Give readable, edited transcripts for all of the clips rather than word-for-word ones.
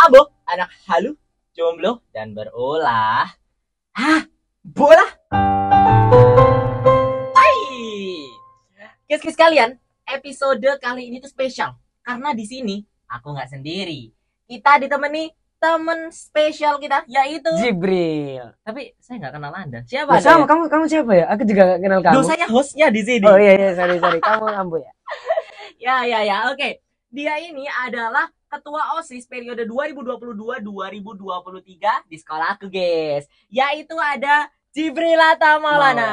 Abo, anak halu, jomblo, dan berulah. Bola. Hai. Kis-kis kalian, episode kali ini tuh spesial. Karena di sini aku nggak sendiri. Kita ditemani temen spesial kita, yaitu Jibril. Tapi saya nggak kenal Anda. Siapa Anda? Sama kamu siapa ya? Aku juga nggak kenal kamu. Saya hostnya di sini. Oh iya, sorry. Kamu Ambo ya? Ya. Oke. Dia ini adalah Ketua OSIS periode 2022-2023 di sekolahku, guys. Yaitu ada Jibril Maulana.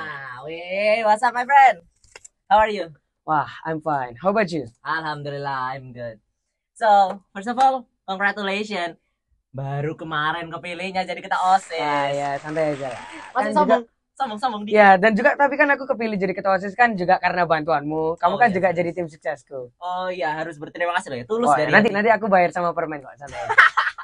Weh, what's up, my friend? How are you? Wah, I'm fine. How about you? Alhamdulillah, I'm good. So, first of all, congratulations. Baru kemarin kepilihnya jadi ketua OSIS. Ya, santai aja. Masih sombong dikit. Ya, dan juga tapi kan aku kepilih jadi ketua OSIS kan juga karena bantuanmu. Kamu kan juga jadi tim suksesku. Oh iya, harus berterima kasih loh ya. Tulus dari nanti aku bayar sama permen kok, santai aja.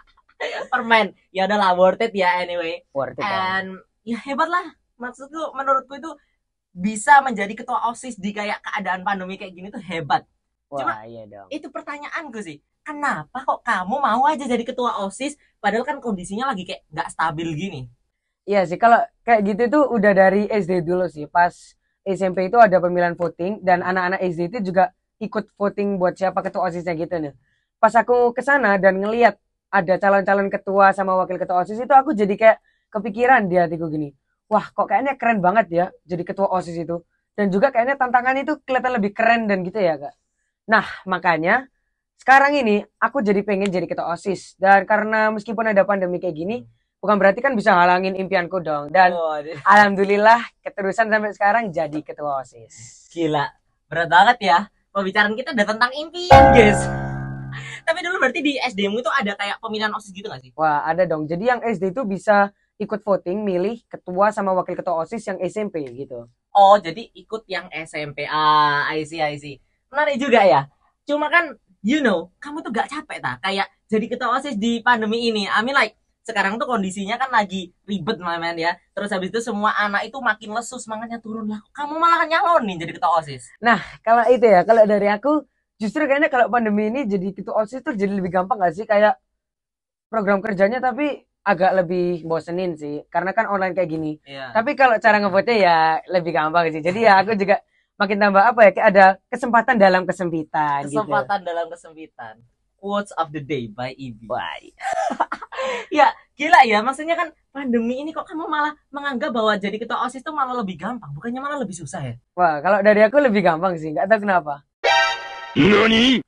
Permen. Ya udahlah, worth it ya anyway. Worth it. And ya hebat lah. Maksudku, menurutku itu bisa menjadi ketua OSIS di kayak keadaan pandemi kayak gini tuh hebat. Wah, iya dong. Itu pertanyaanku sih. Kenapa kok kamu mau aja jadi ketua OSIS padahal kan kondisinya lagi kayak nggak stabil gini? Iya sih, kalau kayak gitu tuh udah dari SD dulu sih. Pas SMP itu ada pemilihan voting dan anak-anak SD itu juga ikut voting buat siapa ketua OSISnya gitu nih. Pas aku kesana dan ngelihat ada calon-calon ketua sama wakil ketua OSIS itu aku jadi kayak kepikiran di hatiku gini. Wah, kok kayaknya keren banget ya jadi ketua OSIS itu. Dan juga kayaknya tantangannya itu kelihatan lebih keren dan gitu ya, Kak. Nah, makanya sekarang ini aku jadi pengen jadi ketua OSIS. Dan karena meskipun ada pandemi kayak gini, bukan berarti kan bisa halangin impianku dong. Dan alhamdulillah keterusan sampai sekarang jadi ketua OSIS. Gila, berat banget ya. Pembicaraan kita udah tentang impian, guys. Tapi dulu berarti di SD-mu itu ada kayak pemilihan OSIS gitu gak sih? Wah, ada dong. Jadi yang SD itu bisa ikut voting, milih ketua sama wakil ketua OSIS yang SMP gitu. Oh, jadi ikut yang SMP. I see. Menarik juga ya. Cuma kan, kamu tuh gak capek tak? Kayak jadi ketua OSIS di pandemi ini. I mean like, sekarang tuh kondisinya kan lagi ribet main ya. Terus habis itu semua anak itu makin lesu, semangatnya turun lah. Kamu malah nyalonin jadi ketua OSIS. Nah, kalau itu ya, kalau dari aku justru kayaknya kalau pandemi ini jadi ketua OSIS tuh jadi lebih gampang gak sih? Kayak program kerjanya tapi agak lebih bosenin sih. Karena kan online kayak gini. Iya. Tapi kalau cara ngevote ya lebih gampang sih. Jadi ya aku juga makin tambah apa ya, kayak ada kesempatan dalam kesempitan gitu. Dalam kesempitan. Quotes of the day by Ibi. Why? Ya, gila ya. Maksudnya kan pandemi ini kok kamu malah menganggap bahwa jadi ketua OSIS itu malah lebih gampang. Bukannya malah lebih susah ya? Wah, kalau dari aku lebih gampang sih. Gak tahu kenapa. Nani?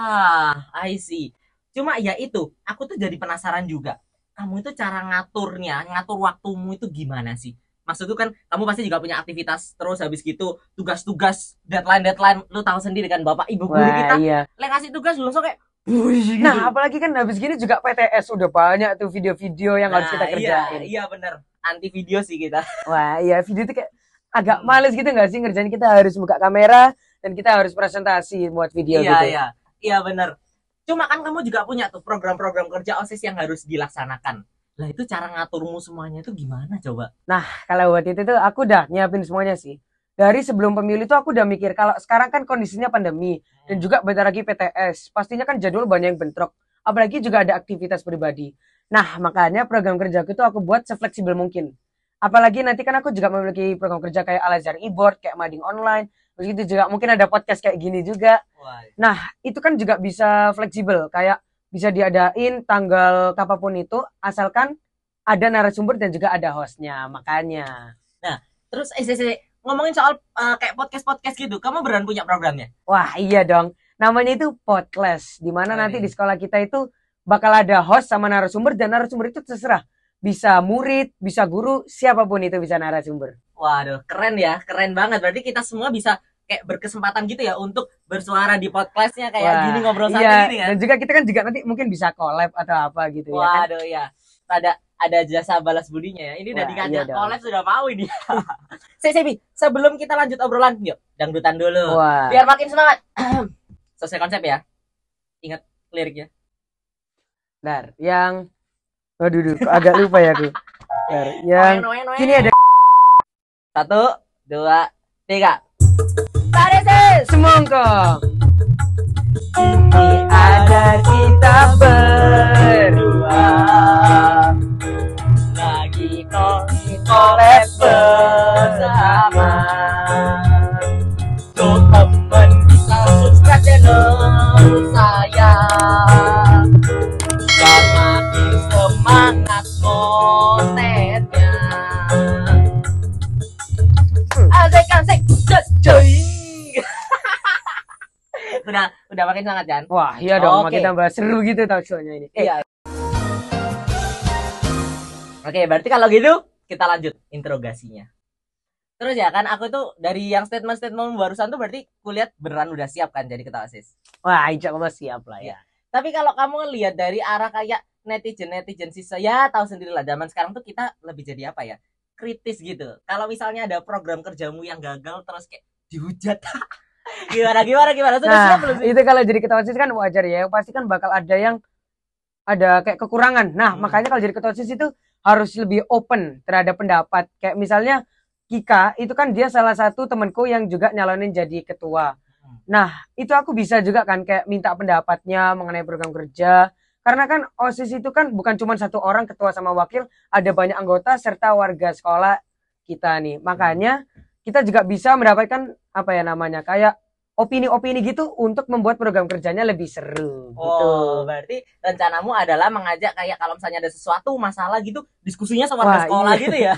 I see. Cuma ya itu, aku tuh jadi penasaran juga. Kamu itu cara ngatur waktumu itu gimana sih? Maksudku kan kamu pasti juga punya aktivitas, terus habis gitu tugas-tugas, deadline, lu tahu sendiri kan Bapak Ibu guru kita. Iya. Ngasih tugas langsung kayak gitu. Nah, apalagi kan habis gini juga PTS udah banyak tuh video-video yang harus kita kerjain. Iya bener, anti video sih kita. Wah, iya, video itu kayak agak males gitu nggak sih ngerjain, kita harus buka kamera dan kita harus presentasi buat video gitu. Iya bener. Cuma kan kamu juga punya tuh program-program kerja OSIS yang harus dilaksanakan. Lah itu cara ngaturmu semuanya itu gimana coba? Nah, kalau buat itu tuh aku udah nyiapin semuanya sih. Dari sebelum pemilu itu aku udah mikir kalau sekarang kan kondisinya pandemi dan juga bentar lagi PTS. Pastinya kan jadwal banyak yang bentrok. Apalagi juga ada aktivitas pribadi. Nah, makanya program kerjaku itu aku buat sefleksibel mungkin. Apalagi nanti kan aku juga memiliki program kerja kayak Al-Azhar e-board, kayak mading online. Begitu juga mungkin ada podcast kayak gini juga. Nah, itu kan juga bisa fleksibel. Kayak bisa diadain tanggal kapanpun itu, asalkan ada narasumber dan juga ada hostnya. Makanya. Nah, terus ngomongin soal kayak podcast gitu, kamu beneran punya programnya? Wah, iya dong. Namanya itu podcast, dimana nanti di sekolah kita itu bakal ada host sama narasumber, dan narasumber itu terserah. Bisa murid, bisa guru, siapapun itu bisa narasumber. Waduh, keren ya, keren banget. Berarti kita semua bisa kayak berkesempatan gitu ya untuk bersuara di podcastnya kayak gini, ngobrol santai gini kan. Dan juga kita kan juga nanti mungkin bisa collab atau apa gitu. Waduh ya kan? Ada jasa balas budinya ya. Ini udah dikajak collab sudah mau ini. Sebi, sebelum kita lanjut obrolan, yuk dangdutan dulu. Biar makin semangat. Selesai konsep ya. Ingat liriknya. Bentar, yang aduh, agak lupa ya aku. Bentar, yang ini ada 1, 2, 3. Semongko. Ini ada kita berdua lagi collab bersama. Tuh temen bisa subscribe channel saya dan makin semangat kontennya. Asik join. udah makin semangat kan? Wah iya dong, Oke. makin tambah seru gitu talk show-nya ini. Iya. Oke, berarti kalau gitu kita lanjut interogasinya. Terus ya kan aku tuh dari yang statement-statement barusan tuh berarti kulihat beneran udah siap kan jadi ketua OSIS. Wah insya Allah siap lah ya. Tapi kalau kamu lihat dari arah kayak netizen sisa ya tahu sendirilah zaman sekarang tuh kita lebih jadi apa ya? Kritis gitu. Kalau misalnya ada program kerjamu yang gagal terus kayak dihujat. gimana? Sudah siap belum sih? Itu kalau jadi ketua OSIS kan wajar ya, pasti kan bakal ada yang ada kayak kekurangan. Nah, makanya kalau jadi ketua OSIS itu harus lebih open terhadap pendapat. Kayak misalnya Kika, itu kan dia salah satu temanku yang juga nyalonin jadi ketua. Nah, itu aku bisa juga kan kayak minta pendapatnya mengenai program kerja. Karena kan OSIS itu kan bukan cuma satu orang ketua sama wakil, ada banyak anggota serta warga sekolah kita nih. Makanya kita juga bisa mendapatkan apa ya namanya kayak opini-opini gitu untuk membuat program kerjanya lebih seru gitu. Oh, berarti rencanamu adalah mengajak kayak kalau misalnya ada sesuatu masalah gitu diskusinya sama Wah, warga sekolah iya. gitu ya.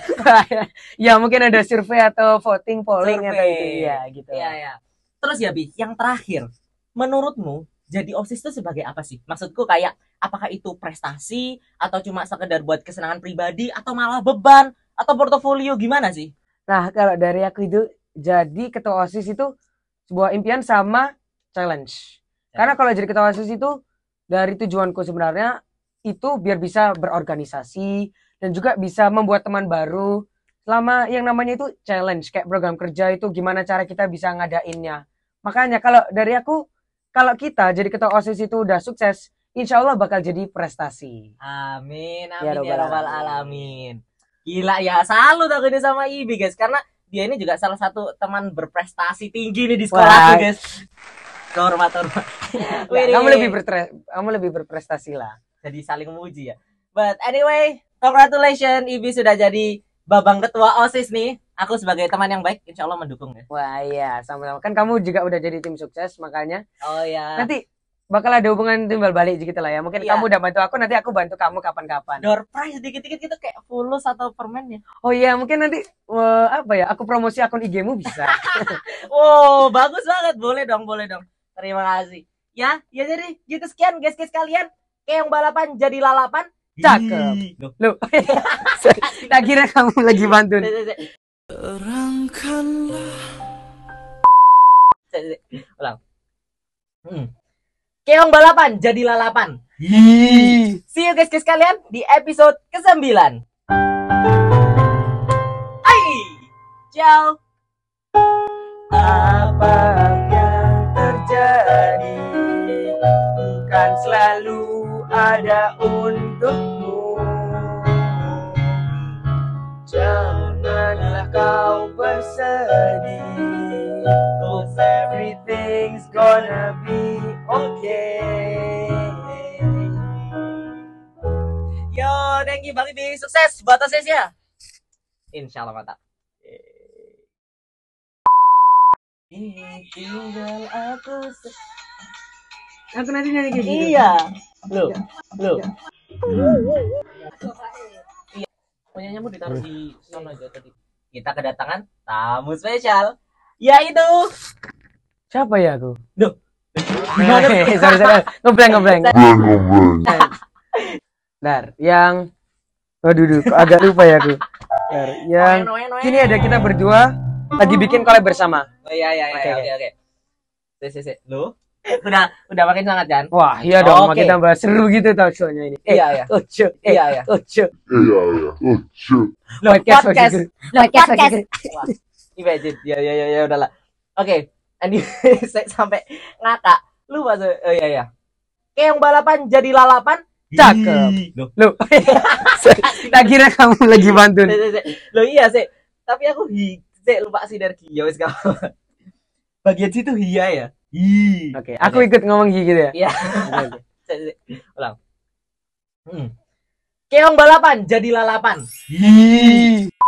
Ya mungkin ada survei atau voting polling atau Survei. itu ya gitu. Iya. Terus ya Bi, yang terakhir, menurutmu jadi OSIS itu sebagai apa sih? Maksudku kayak apakah itu prestasi atau cuma sekedar buat kesenangan pribadi atau malah beban atau portofolio gimana sih? Nah, kalau dari aku itu jadi ketua OSIS itu sebuah impian sama challenge. Karena kalau jadi ketua OSIS itu dari tujuanku sebenarnya itu biar bisa berorganisasi dan juga bisa membuat teman baru. Selama yang namanya itu challenge kayak program kerja itu gimana cara kita bisa ngadainnya. Makanya kalau dari aku kalau kita jadi ketua OSIS itu udah sukses, insya Allah bakal jadi prestasi. Amin, Ya amin ya Rabbal robbal alamin. alamin. Gila ya, salut aku ini sama Ibi guys karena dia ini juga salah satu teman berprestasi tinggi nih di sekolahku Wah. guys. Hormat. Ya, kamu lebih berprestasi lah. Jadi saling memuji ya. But anyway, congratulations Ibi sudah jadi babang ketua OSIS nih. Aku sebagai teman yang baik insya Allah mendukung ya. Wah iya, sama-sama. Kan kamu juga udah jadi tim sukses, makanya Oh ya. nanti bakal ada hubungan timbal balik gitu lah ya. Mungkin Iya. kamu udah bantu aku, nanti aku bantu kamu kapan-kapan. Door prize dikit-dikit gitu kayak fulus atau permen ya. Oh iya, mungkin nanti apa ya? Aku promosi akun IG-mu bisa. Wow, bagus banget. Boleh dong. Terima kasih. Ya jadi gitu sekian guys kalian. Kayak yang balapan jadi lalapan. Cakep. Loh. Loh. Tak kira kamu lagi bantuin. Ulang. Keong balapan jadi lalapan. See you guys kalian di episode ke-9. Hai. Ciao. Apa yang terjadi bukan selalu ada untukmu. Janganlah kau bersedih. Cause everything's gonna be okay. Yo, thank you Bang Ibi. Sukses buat OSIS ya. Insyaallah mantap. Tinggal Aku nanti nyanyi kayak gitu. Iya. Loh. Iya. Punyanya mau ditaruh di sana aja tadi. Kita kedatangan tamu spesial. Yaitu Siapa ya aku? Duh. Sorry. Ngebleng. Dar, yang waduh, kok agak lupa ya aku. Dar, yang kini ada kita berdua lagi bikin collab bersama. Oh iya. Oke. Si. Lu? Udah makin semangat kan? Wah, iya dong, Oke. makin tambah seru gitu talk show-nya ini. Iya. Iya. Podcast. Wah, imagine. Ya udahlah. Oke. Anyway, saya sampai ngakak. Lu masuk. Oh iya. Kayak yang balapan jadi lalapan. Cakep. Loh. Tak kira kamu lagi bantuin. Loh iya sih. Tapi aku lupa sih dari Gio. Bagian situ iya ya. Ih. Oke, aku ikut ngomong gitu ya. Iya. Oke, oke. Ulang. Keong balapan jadi lalapan. Ih.